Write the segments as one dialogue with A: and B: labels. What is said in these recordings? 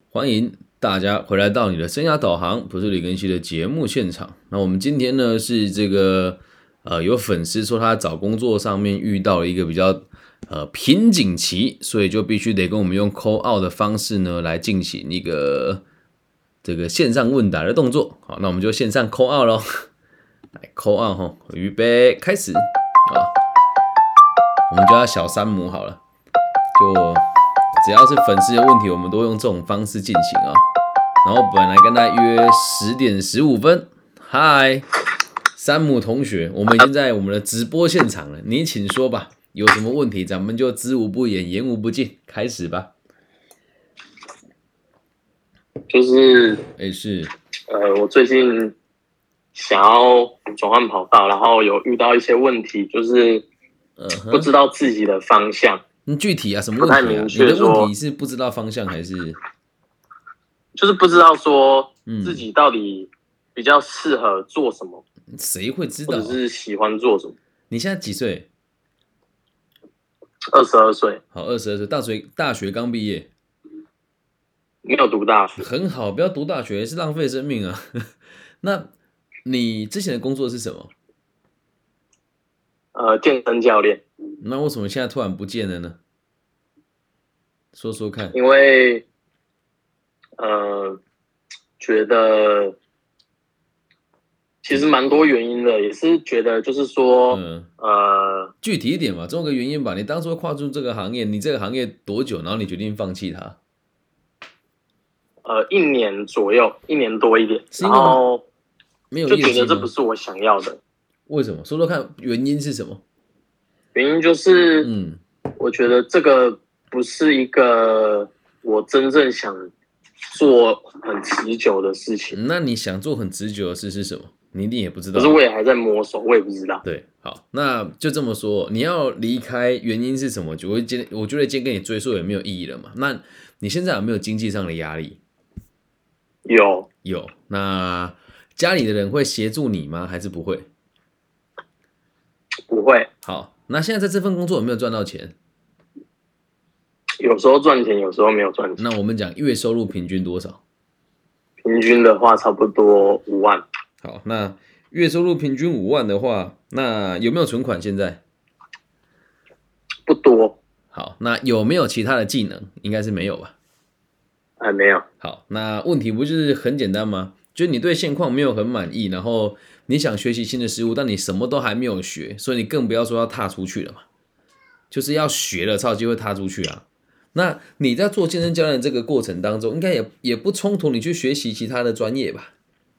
A: 欢迎大家回来到你的生涯导航，不是李根熙的节目现场。那我们今天呢是这个有粉丝说他找工作上面遇到了一个比较瓶颈期，所以就必须得跟我们用 call out 的方式呢来进行一个这个线上问答的动作。好，那我们就线上 call out 咯。来 call out 哈，预备开始啊！我们叫他小山姆好了，就。只要是粉丝的问题，我们都用这种方式进行啊。然后本来跟他约10点15分，嗨，山姆同学，我们已经在我们的直播现场了，你请说吧，有什么问题咱们就知无不言，言无不尽，开始吧。
B: 就是
A: 是
B: 我最近想要转换跑道，然后有遇到一些问题，就是不知道自己的方向。
A: 你具体啊，什么问题啊？你的问题是不知道方向还是？
B: 就是不知道说自己到底比较适合做什么？
A: 谁会知道？
B: 或者是喜欢做什么？
A: 你现在几岁
B: ？22岁。
A: 好，22岁，大学刚毕业。
B: 没有读大学。
A: 很好，不要读大学，是浪费生命啊。那你之前的工作是什么？
B: 健身教练。
A: 那为什么现在突然不见了呢？说说看。
B: 因为觉得其实蛮多原因的，也是觉得就是说
A: 具体一点嘛，总有个原因吧。你当初跨入这个行业，你这个行业多久，然后你决定放弃它
B: ？1年左右，1年多一点，然后
A: 没有
B: 就觉得这不是我想要的。
A: 为什么？说说看，原因是什么？
B: 原因就是我觉得这个不是一个我真正想做很持久的事情。
A: 那你想做很持久的事是什么？你一定也不知道。
B: 可是我也还在摸索，我也不知道。
A: 对，好，那就这么说。你要离开原因是什么？我觉得今天跟你追溯也没有意义了嘛。那你现在有没有经济上的压力？
B: 有。
A: 那家里的人会协助你吗？还是不会？
B: 不会。
A: 好，那现在在这份工作有没有赚到钱？
B: 有时候赚钱，有时候没有赚钱。
A: 那我们讲月收入平均多少？
B: 平均的话差不多5万。
A: 好，那月收入平均5万的话，那有没有存款？现在
B: 不多。
A: 好，那有没有其他的技能？应该是没有吧？
B: 还没有。
A: 好，那问题不就是很简单吗？就是你对现况没有很满意，然后你想学习新的事物，但你什么都还没有学，所以你更不要说要踏出去了嘛。就是要学了才有机会踏出去啊。那你在做健身教练的这个过程当中，应该也不冲突你去学习其他的专业吧？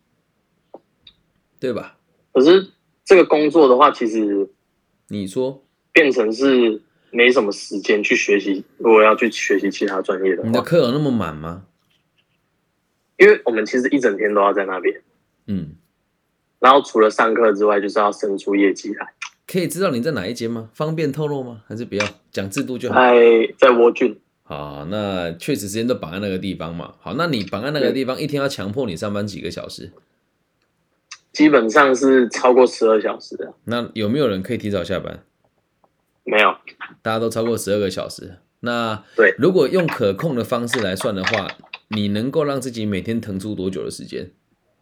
A: 对吧？
B: 可是这个工作的话，其实
A: 你说
B: 变成是没什么时间去学习。如果要去学习其他专业的话，
A: 你的课有那么满吗？
B: 因为我们其实一整天都要在那边，然后除了上课之外，就是要生出业绩来。
A: 可以知道你在哪一间吗？方便透露吗？还是不要讲制度就好？
B: 在蜗郡。
A: 好，那确实时间都绑在那个地方嘛。好，那你绑在那个地方，一天要强迫你上班几个小时？
B: 基本上是超过12小时的。
A: 那有没有人可以提早下班？
B: 没有。
A: 大家都超过12个小时。那
B: 对，
A: 如果用可控的方式来算的话，你能够让自己每天腾出多久的时间？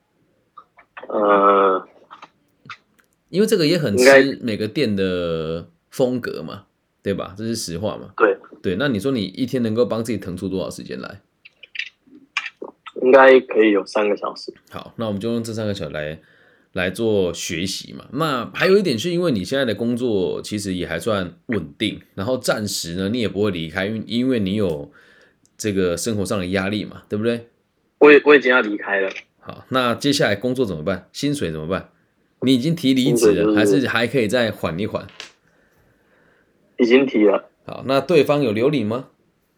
A: 因为这个也很吃每个店的风格嘛，对吧？这是实话嘛。
B: 对，
A: 那你说你一天能够帮自己腾出多少时间来？
B: 应该可以有3个小时。
A: 好，那我们就用这3个小时来做学习嘛。那还有一点是因为你现在的工作其实也还算稳定，然后暂时呢你也不会离开，因为你有这个生活上的压力嘛，对不对？
B: 我已经要离开了。
A: 好，那接下来工作怎么办？薪水怎么办？你已经提离职了，还是还可以再缓一缓？
B: 已经提了。
A: 好，那对方有留你吗？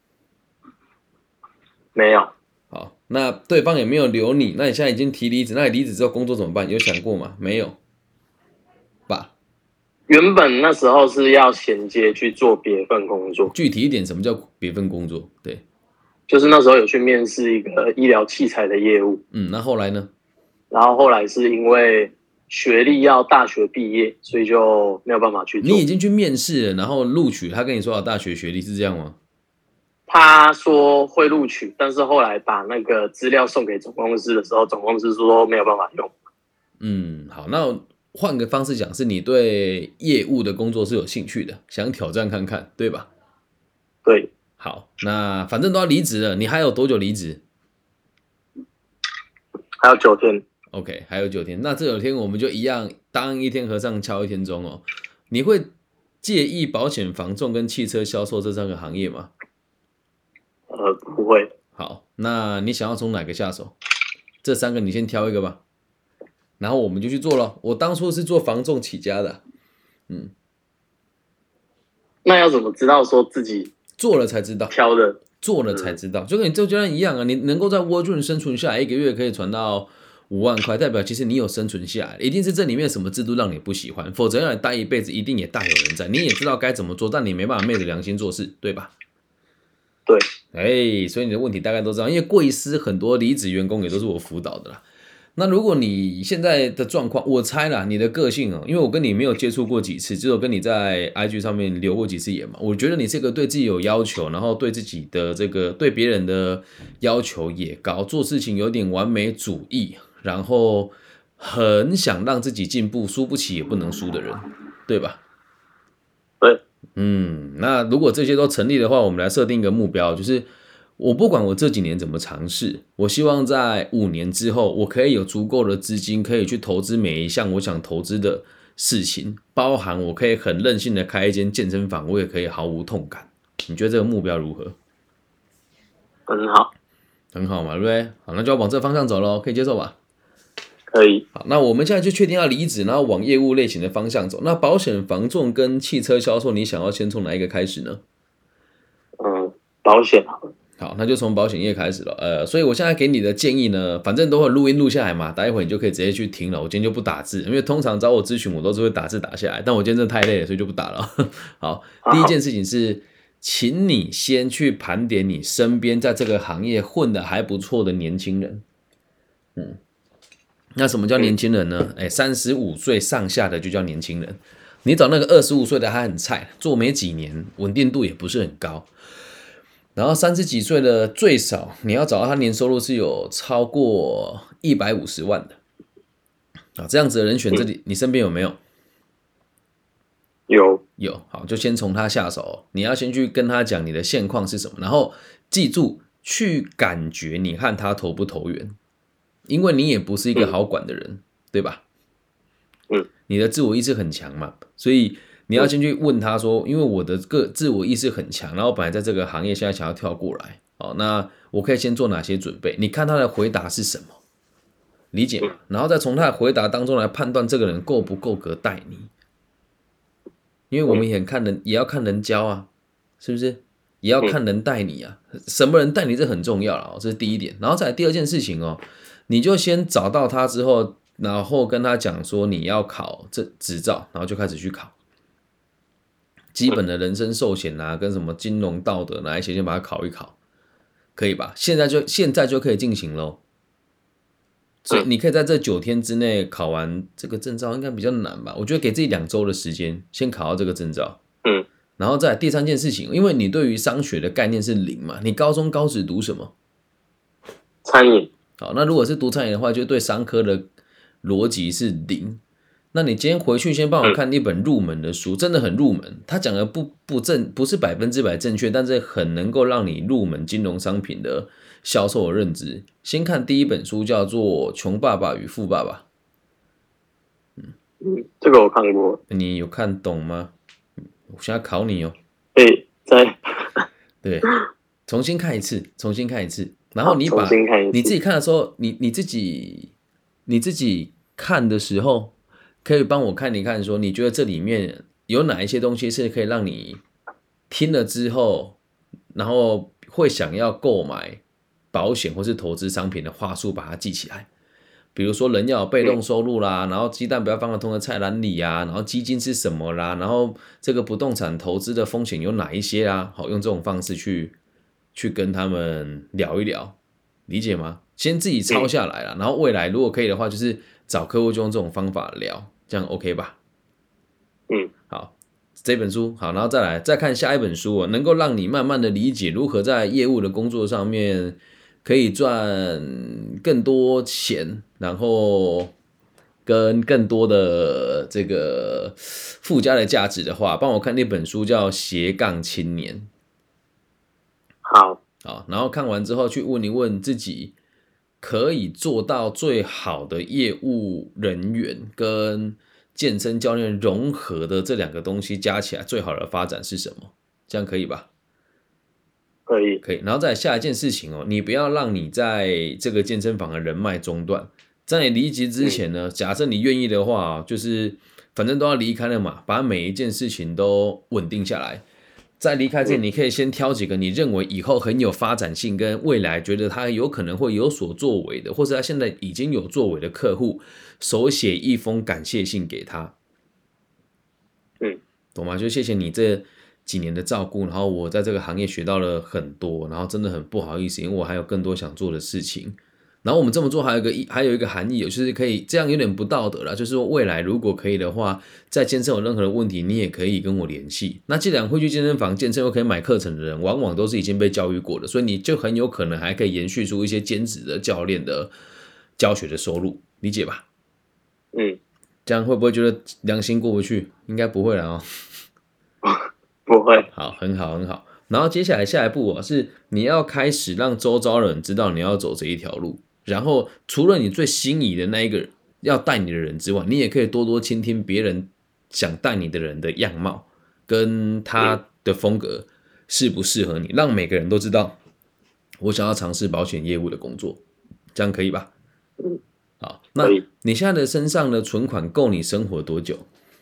B: 没有。
A: 好，那对方也没有留你，那你现在已经提离职，那你离职之后工作怎么办？有想过吗？没有吧？
B: 原本那时候是要衔接去做别份工作。
A: 具体一点，什么叫别份工作？对，
B: 就是那时候有去面试一个医疗器材的业务。
A: 那后来呢？
B: 然后后来是因为学历要大学毕业，所以就没有办法去做。
A: 你已经去面试了，然后录取，他跟你说大学学历是这样吗？
B: 他说会录取，但是后来把那个资料送给总公司的时候，总公司说没有办法用。
A: 好，那换个方式讲，是你对业务的工作是有兴趣的，想挑战看看，对吧？
B: 对。
A: 好，那反正都要离职了，你还有多久离职？
B: 还有9天。
A: OK， 还有9天，那这9天我们就一样，当一天和尚敲一天钟哦。你会介意保险、房仲跟汽车销售这3个行业吗？
B: 不会。
A: 好，那你想要从哪个下手？这3个你先挑一个吧，然后我们就去做咯。我当初是做房仲起家的，
B: 那要怎么知道说自己
A: 做了才知道？
B: 挑的，
A: 做了才知道，就跟你这阶段一样啊。你能够在 Wordrun 生存下来，1个月可以传到5万块，代表其实你有生存下来，一定是这里面什么制度让你不喜欢，否则让你待一辈子，一定也大有人在。你也知道该怎么做，但你没办法昧着良心做事，对吧？
B: 对。
A: 所以你的问题大概都知道，因为贵司很多离职员工也都是我辅导的啦。那如果你现在的状况，我猜啦，你的个性因为我跟你没有接触过几次，只有跟你在 IG 上面留过几次言嘛，我觉得你是个对自己有要求，然后对自己的对别人的要求也高，做事情有点完美主义，然后很想让自己进步，输不起也不能输的人，对吧？
B: 对。
A: 那如果这些都成立的话，我们来设定一个目标，就是我不管我这几年怎么尝试，我希望在5年之后，我可以有足够的资金，可以去投资每一项我想投资的事情，包含我可以很任性的开一间健身房，我也可以毫无痛感。你觉得这个目标如何？
B: 很好。
A: 很好嘛，对不对？好，那就要往这个方向走咯，可以接受吧？
B: 可以。
A: 好，那我们现在就确定要离职，然后往业务类型的方向走。那保险、房仲跟汽车销售，你想要先从哪一个开始呢？
B: 保险好了。
A: 好，那就从保险业开始了。所以我现在给你的建议呢，反正都会录音录下来嘛，待一会你就可以直接去听了。我今天就不打字，因为通常找我咨询我都是会打字打下来，但我今天真的太累了，所以就不打了。好，第一件事情是，请你先去盘点你身边在这个行业混得还不错的年轻人。那什么叫年轻人呢？35岁上下的就叫年轻人。你找那个25岁的还很菜，做没几年，稳定度也不是很高。然后30几岁的最少你要找到他年收入是有超过150万的。这样子的人选，这里你身边有没有？有。好，就先从他下手。你要先去跟他讲你的现况是什么，然后记住去感觉你和他投不投缘。因为你也不是一个好管的人，对吧？你的自我意识很强嘛，所以你要先去问他说，因为我的自我意识很强，然后本来在这个行业现在想要跳过来，那我可以先做哪些准备？你看他的回答是什么，理解吗？然后再从他的回答当中来判断这个人够不够格带你，因为我们也看人，也要看人教啊，是不是？也要看人带你啊，什么人带你这很重要啦，这是第一点。然后再来第二件事情你就先找到他之后，然后跟他讲说你要考这执照，然后就开始去考基本的人身寿险啊，跟什么金融道德哪一些，先把它考一考，可以吧？现在就可以进行咯。所以你可以在这9天之内考完这个证照，应该比较难吧？我觉得给自己2周的时间，先考到这个证照。然后再来第3件事情，因为你对于商学的概念是0嘛，你高中高职读什么？
B: 餐饮。
A: 好，那如果是读餐饮的话，就对商科的逻辑是0。那你今天回去先帮我看一本入门的书，真的很入门，他讲的不是100%正确，但是很能够让你入门金融商品的销售的认知。先看第1本书，叫做《穷爸爸与富爸爸》。
B: 这个我看过。
A: 你有看懂吗？我现在考你哦。对，重新看一次。然后你把你自己看的时候，你自己看的时候，可以帮我看一看，说你觉得这里面有哪一些东西是可以让你听了之后，然后会想要购买保险或是投资商品的话术，把它记起来。比如说人要有被动收入啦，然后鸡蛋不要放在同一个菜篮里啊，然后基金是什么啦，然后这个不动产投资的风险有哪一些啊？好，用这种方式去跟他们聊一聊，理解吗？先自己抄下来啦，然后未来如果可以的话，就是找客户就用这种方法聊，这样 OK 吧？
B: 好，
A: 这本书好，然后再看下一本书能够让你慢慢的理解如何在业务的工作上面可以赚更多钱，然后跟更多的这个附加的价值的话，帮我看那本书叫《斜杠青年》。
B: 好，
A: 然后看完之后去问一问自己，可以做到最好的业务人员跟健身教练融合的这两个东西加起来，最好的发展是什么？这样可以吧？
B: 可以，
A: 可以。然后再下一件事情你不要让你在这个健身房的人脉中断。在你离职之前呢，假设你愿意的话，就是反正都要离开了嘛，把每一件事情都稳定下来。在离开之前，你可以先挑几个你认为以后很有发展性，跟未来觉得他有可能会有所作为的，或者他现在已经有作为的客户，手写一封感谢信给他。懂吗？就谢谢你这几年的照顾，然后我在这个行业学到了很多，然后真的很不好意思，因为我还有更多想做的事情。然后我们这么做还有一个含义，就是可以这样有点不道德啦，就是说未来如果可以的话，在健身有任何的问题，你也可以跟我联系。那既然会去健身房健身又可以买课程的人，往往都是已经被教育过的，所以你就很有可能还可以延续出一些兼职的教练的教学的收入，理解吧？这样会不会觉得良心过不去？应该不会啦
B: 不会。
A: 好，很好，很好。然后接下来下一步是你要开始让周遭人知道你要走这一条路。然后除了你最心仪的那一个要带你的人之外，你也可以多多倾听别人想带你的人的样貌跟他的风格适不适合你，让每个人都知道我想要尝试保险业务的工作，这样可以吧？好，那你现在的身上的存款够你生活多久？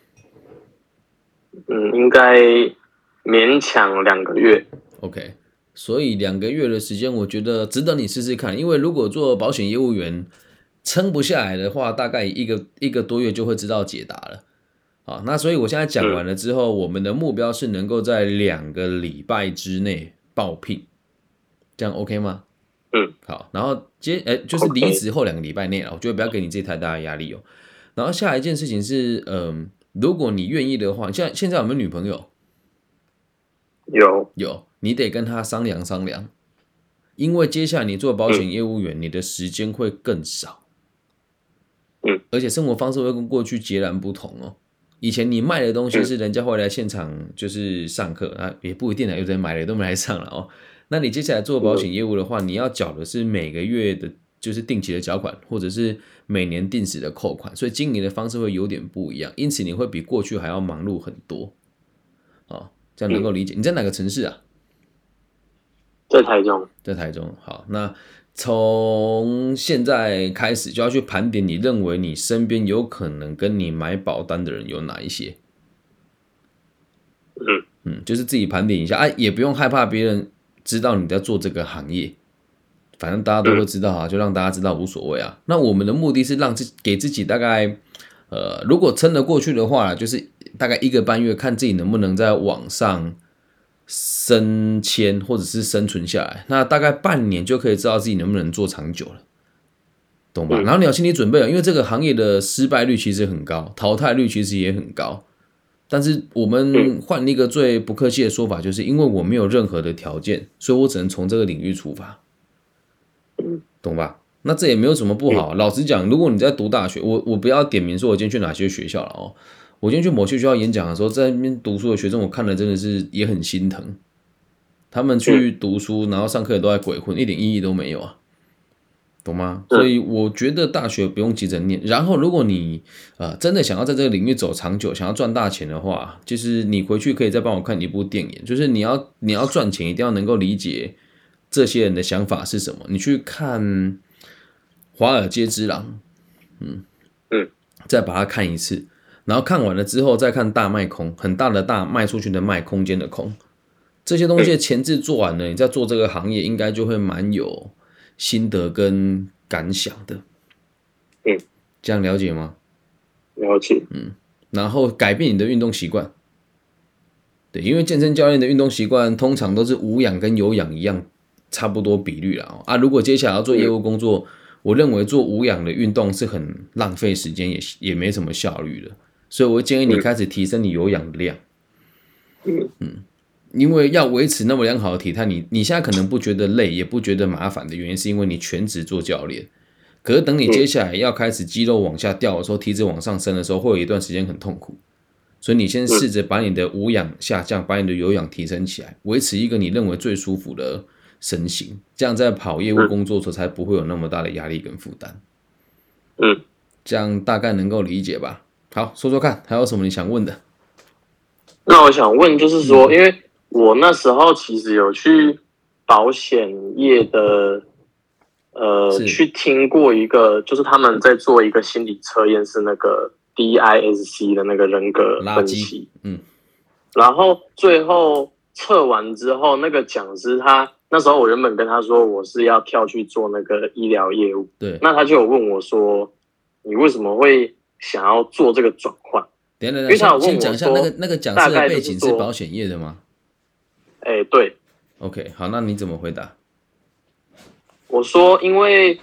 B: 应该勉强2个月。
A: OK。所以2个月的时间，我觉得值得你试试看。因为如果做保险业务员撑不下来的话，大概一个多月就会知道解答了。好，那所以我现在讲完了之后，我们的目标是能够在2个礼拜之内报聘，这样 OK 吗？好，然后就是离职后2个礼拜内，我觉得不要给你自己太大的压力哦。然后下一件事情是，如果你愿意的话，现在有没有女朋友？有。你得跟他商量商量，因为接下来你做保险业务员，你的时间会更少，而且生活方式会跟过去截然不同哦。以前你卖的东西是人家会来现场就是上课也不一定有的人买了都没来上了哦。那你接下来做保险业务的话，你要缴的是每个月的，就是定期的缴款，或者是每年定时的扣款，所以经营的方式会有点不一样，因此你会比过去还要忙碌很多。这样能够理解。你在哪个城市啊？
B: 在台中。
A: 在台中。好，那从现在开始就要去盘点，你认为你身边有可能跟你买保单的人有哪一些？就是自己盘点一下也不用害怕别人知道你在做这个行业，反正大家都会知道就让大家知道无所谓啊。那我们的目的是给自己大概如果撑得过去的话，就是大概1个半月，看自己能不能在网上升迁或者是生存下来。那大概半年就可以知道自己能不能做长久了，懂吧？然后你要心理准备因为这个行业的失败率其实很高，淘汰率其实也很高。但是我们换一个最不客气的说法，就是因为我没有任何的条件，所以我只能从这个领域出发，懂吧？那这也没有什么不好。老实讲，如果你在读大学，我不要点名说我今天去哪些学校了我今天去某些学校演讲的时候，在那边读书的学生，我看了真的是也很心疼。他们去读书，然后上课也都在鬼混，一点意义都没有啊，懂吗？所以我觉得大学不用急着念。然后，如果你真的想要在这个领域走长久，想要赚大钱的话，就是你回去可以再帮我看一部电影，就是你要赚钱，一定要能够理解这些人的想法是什么。你去看《华尔街之狼》，再把它看一次。然后看完了之后再看大卖空，很大的大卖出去的卖，空间的空，这些东西的前置做完了，你在做这个行业应该就会蛮有心得跟感想的。这样了解吗？
B: 了解。
A: 然后改变你的运动习惯。对，因为健身教练的运动习惯通常都是无氧跟有氧一样，差不多比率啦如果接下来要做业务工作，我认为做无氧的运动是很浪费时间，也没什么效率的。所以我会建议你开始提升你有氧的量。 因为要维持那么良好的体态，你现在可能不觉得累，也不觉得麻烦的原因，是因为你全职做教练。可是等你接下来要开始肌肉往下掉的时候，体脂往上升的时候，会有一段时间很痛苦。所以你先试着把你的无氧下降，把你的有氧提升起来，维持一个你认为最舒服的身形，这样在跑业务工作的时候才不会有那么大的压力跟负担。这样大概能够理解吧？好，说说看，还有什么你想问的？
B: 那我想问，就是说，因为我那时候其实有去保险业的，去听过一个，就是他们在做一个心理测验，是那个 DISC 的那个人格分析。然后最后测完之后，那个讲师他那时候我原本跟他说我是要跳去做那个医疗业务，
A: 对，
B: 那他就有问我说，你为什么会想要做这个转换？
A: 等等，
B: 因为他有问我
A: 先讲一下那个讲师的背景是保险业的吗？
B: 对。
A: OK， 好，那你怎么回答？
B: 我说，因为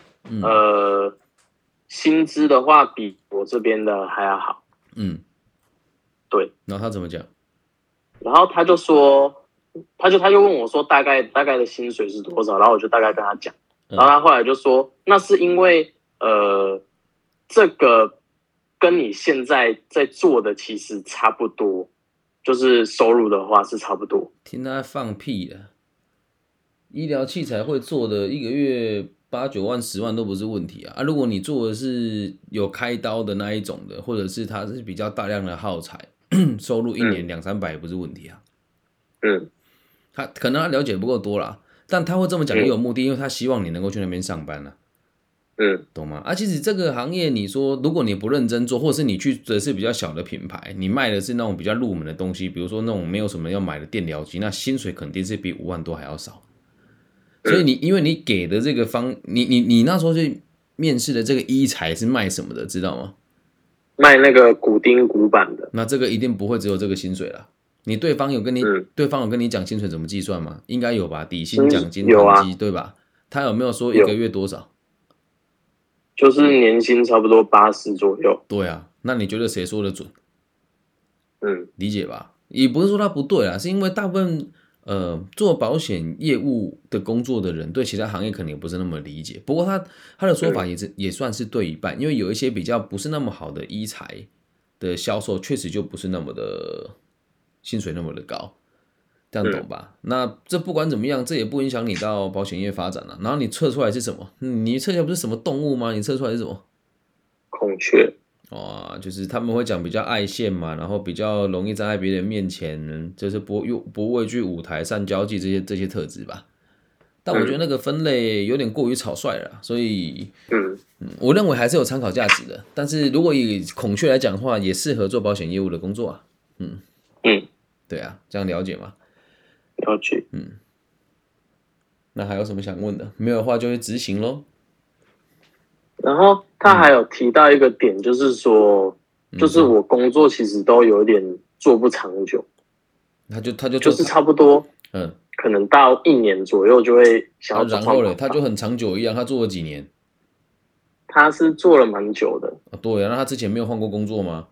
B: 薪资的话比我这边的还要好。对。
A: 然后他怎么讲？
B: 然后他就说，他就问我说大概的薪水是多少，然后我就大概跟他讲，然后他后来就说，那是因为这个跟你现在在做的其实差不多，就是收入的话是差不多。
A: 听他放屁了，医疗器材会做的一个月8、9万、10万都不是问题啊！如果你做的是有开刀的那一种的，或者是它是比较大量的耗材，收入一年200-300也不是问题啊。他可能他了解不够多啦，但他会这么讲也有目的，因为他希望你能够去那边上班啊。懂吗？其实这个行业，你说如果你不认真做，或者是你去的是比较小的品牌，你卖的是那种比较入门的东西，比如说那种没有什么要买的电疗机，那薪水肯定是比5万多还要少。所以因为你给的这个你那时候去面试的这个医材是卖什么的，知道吗？
B: 卖那个骨钉骨板的。
A: 那这个一定不会只有这个薪水啦。你对方有跟你讲薪水怎么计算吗？应该有吧，底薪、奖金、团绩，对吧？他有没有说一个月多少？
B: 就是年薪差不多80左右。
A: 对啊，那你觉得谁说的准？理解吧？也不是说他不对啦，是因为大部分做保险业务的工作的人对其他行业可能也不是那么理解。不过他的说法也算是对一半，因为有一些比较不是那么好的医材的销售，确实就不是那么的薪水那么的高。这样懂吧？那这不管怎么样，这也不影响你到保险业发展啊。然后你测出来是什么？你测出来不是什么动物吗？你测出来是什么？
B: 孔雀。
A: 就是他们会讲比较爱现嘛，然后比较容易站在别人面前，就是不畏惧舞台、善交际这些特质吧。但我觉得那个分类有点过于草率了，所以我认为还是有参考价值的。但是如果以孔雀来讲的话，也适合做保险业务的工作啊。对啊，这样了解吗？
B: 了解。
A: 那还有什么想问的？没有的话就会执行咯。
B: 然后他还有提到一个点，就是说，就是我工作其实都有点做不长久。他就是差不多，可能到1年左右就会想要转换。
A: 然后嘞，他就很长久一样，他做了几年？
B: 他是做了蛮久的。
A: 对啊，那他之前没有换过工作吗？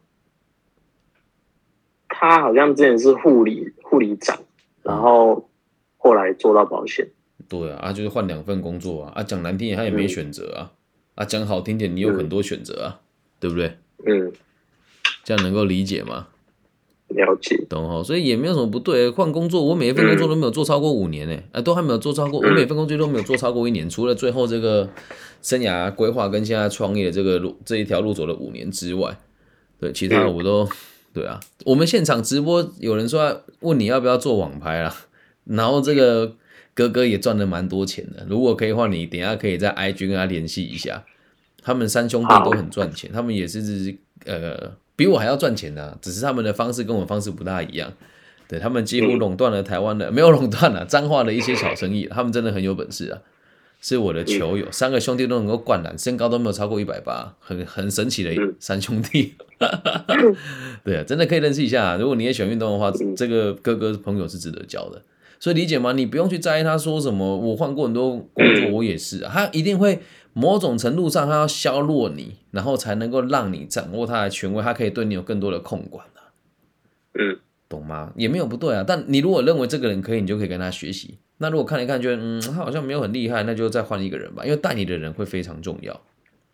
B: 他好像之前是护理长，然后后来做到保险。
A: 对啊，就是换2份工作啊，讲难听点他也没选择啊，讲好听点你有很多选择啊，对不对？这样能够理解吗？
B: 了解，
A: 懂齁，所以也没有什么不对。换工作，我每一份工作都没有做超过5年都还没有做超过，我每份工作都没有做超过1年，除了最后这个生涯规划跟现在创业这一条路走了5年之外，对，其他的我都对啊。我们现场直播有人说问你要不要做网拍啦，然后这个哥哥也赚了蛮多钱的。如果可以的话，你等一下可以在 IG 跟他联系一下，他们3兄弟都很赚钱，他们也是比我还要赚钱只是他们的方式跟我方式不大一样。对，他们几乎垄断了台湾的，没有垄断了彰化的一些小生意，他们真的很有本事是我的球友，3个兄弟都能够灌篮，身高都没有超过180，很神奇的3兄弟。对啊，真的可以认识一下如果你也喜欢运动的话，这个哥哥朋友是值得交的。所以理解吗？你不用去在意他说什么，我换过很多工作，我也是他一定会某种程度上他要削弱你，然后才能够让你掌握他的权威，他可以对你有更多的控管懂吗？也没有不对啊，但你如果认为这个人可以，你就可以跟他学习。那如果看一看觉得他好像没有很厉害，那就再换一个人吧，因为带你的人会非常重要。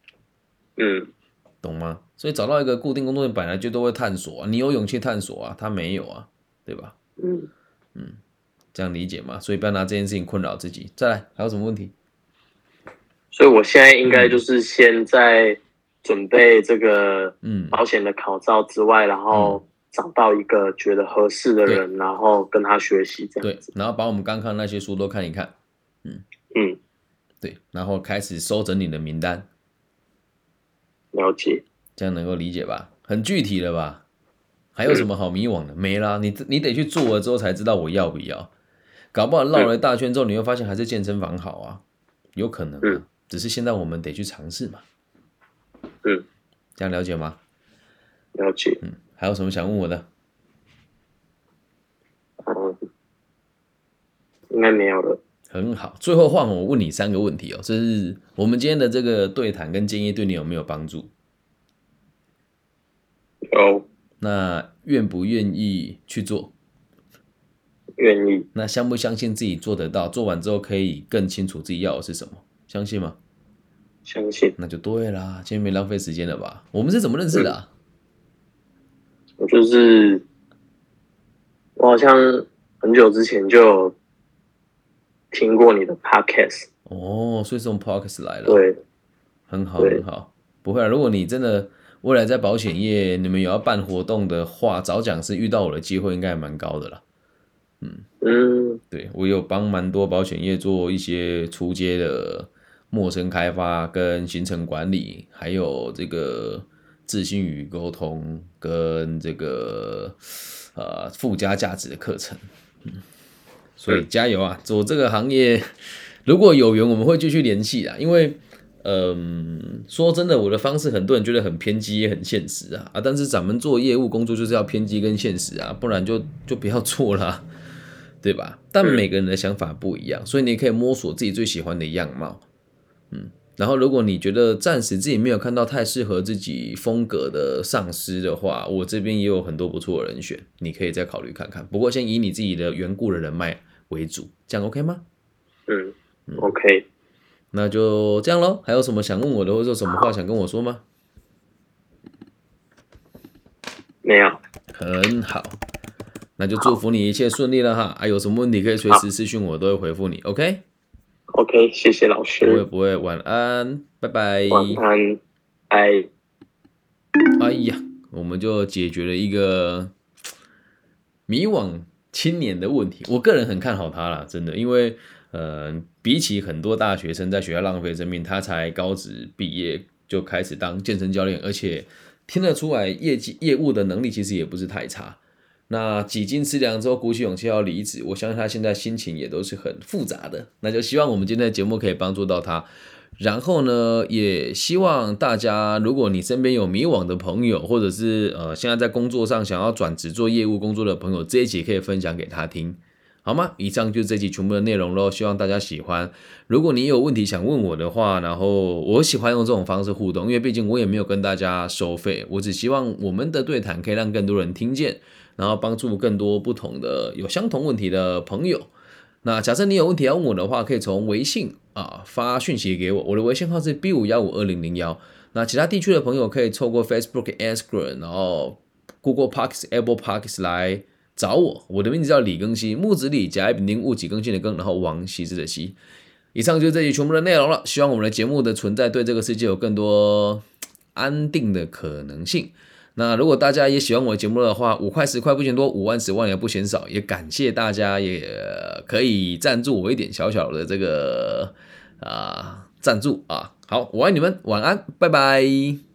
A: 懂吗？所以找到一个固定工作本来就都会探索啊，你有勇气探索啊，他没有啊，对吧？这样理解吗？所以不要拿这件事情困扰自己。再来，还有什么问题？
B: 所以我现在应该就是先在准备这个保险的考照之外，然后找到一个觉得合适的人，然后跟他学习这样子。
A: 对，然后把我们刚看那些书都看一看。对，然后开始收整你的名单。
B: 了解，
A: 这样能够理解吧？很具体了吧？还有什么好迷惘的？没啦，你得去做了之后才知道我要不要。搞不好绕了一大圈之后，你会发现还是健身房好啊，有可能啊。只是现在我们得去尝试嘛。这样了解吗？
B: 了解。
A: 还有什么想问我的？
B: 应该没有了。
A: 很好，最后换我问你3个问题哦，这是我们今天的这个对谈跟建议对你有没有帮助？
B: 有。
A: 那愿不愿意去做？
B: 愿意。
A: 那相不相信自己做得到？做完之后可以更清楚自己要的是什么？相信吗？
B: 相信。
A: 那就对啦，今天没浪费时间了吧？我们是怎么认识的啊？
B: 我好像很久之前就有听过你的 podcast。
A: 哦，所以是从 podcast 来了。
B: 对，
A: 很好很好。不会啊，如果你真的未来在保险业你们有要办活动的话，找讲师遇到我的机会应该还蛮高的啦。对，我有帮蛮多保险业做一些初阶的陌生开发跟行程管理，还有这个自信与沟通跟这个附加价值的课程。所以加油啊！走这个行业，如果有缘，我们会继续联系啦。因为，说真的，我的方式很多人觉得很偏激，也很现实啊。但是咱们做业务工作就是要偏激跟现实啊，不然就不要做啦，对吧？但每个人的想法不一样，所以你可以摸索自己最喜欢的样貌。然后，如果你觉得暂时自己没有看到太适合自己风格的上司的话，我这边也有很多不错的人选，你可以再考虑看看。不过，先以你自己的缘故的人脉为主，这样 OK 吗
B: ？OK。
A: 那就这样咯。还有什么想问我的，或者有什么话想跟我说吗？
B: 没有。
A: 很好，那就祝福你一切顺利了哈。有什么问题可以随时私讯我，都会回复你。OK，
B: 谢谢老师。
A: 不会，晚安，拜拜。
B: 晚安，拜。
A: 哎呀，我们就解决了一个迷惘青年的问题。我个人很看好他啦，真的，因为比起很多大学生在学校浪费生命，他才高职毕业就开始当健身教练，而且听得出来业务的能力其实也不是太差。那几经思量之后，鼓起勇气要离职。我相信他现在心情也都是很复杂的。那就希望我们今天的节目可以帮助到他。然后呢，也希望大家，如果你身边有迷惘的朋友，或者是现在在工作上想要转职做业务工作的朋友，这一集可以分享给他听，好吗？以上就是这集全部的内容咯，希望大家喜欢。如果你有问题想问我的话，然后我喜欢用这种方式互动，因为毕竟我也没有跟大家收费，我只希望我们的对谈可以让更多人听见，然后帮助更多不同的有相同问题的朋友。那假设你有问题要问我的话，可以从微信发讯息给我，我的微信号是 B5152001。那其他地区的朋友可以透过 Facebook、Instagram， 然后 Google Podcast、Apple Podcast 来找我。我的名字叫李更新，木子李，甲乙丙丁戊己庚辛的庚，然后王羲之的羲。以上就是这集全部的内容了。希望我们的节目的存在对这个世界有更多安定的可能性。那如果大家也喜欢我的节目的话，5块10块不嫌多，5万10万也不嫌少，也感谢大家，也可以赞助我一点小小的这个赞助啊。好，我爱你们，晚安，拜拜。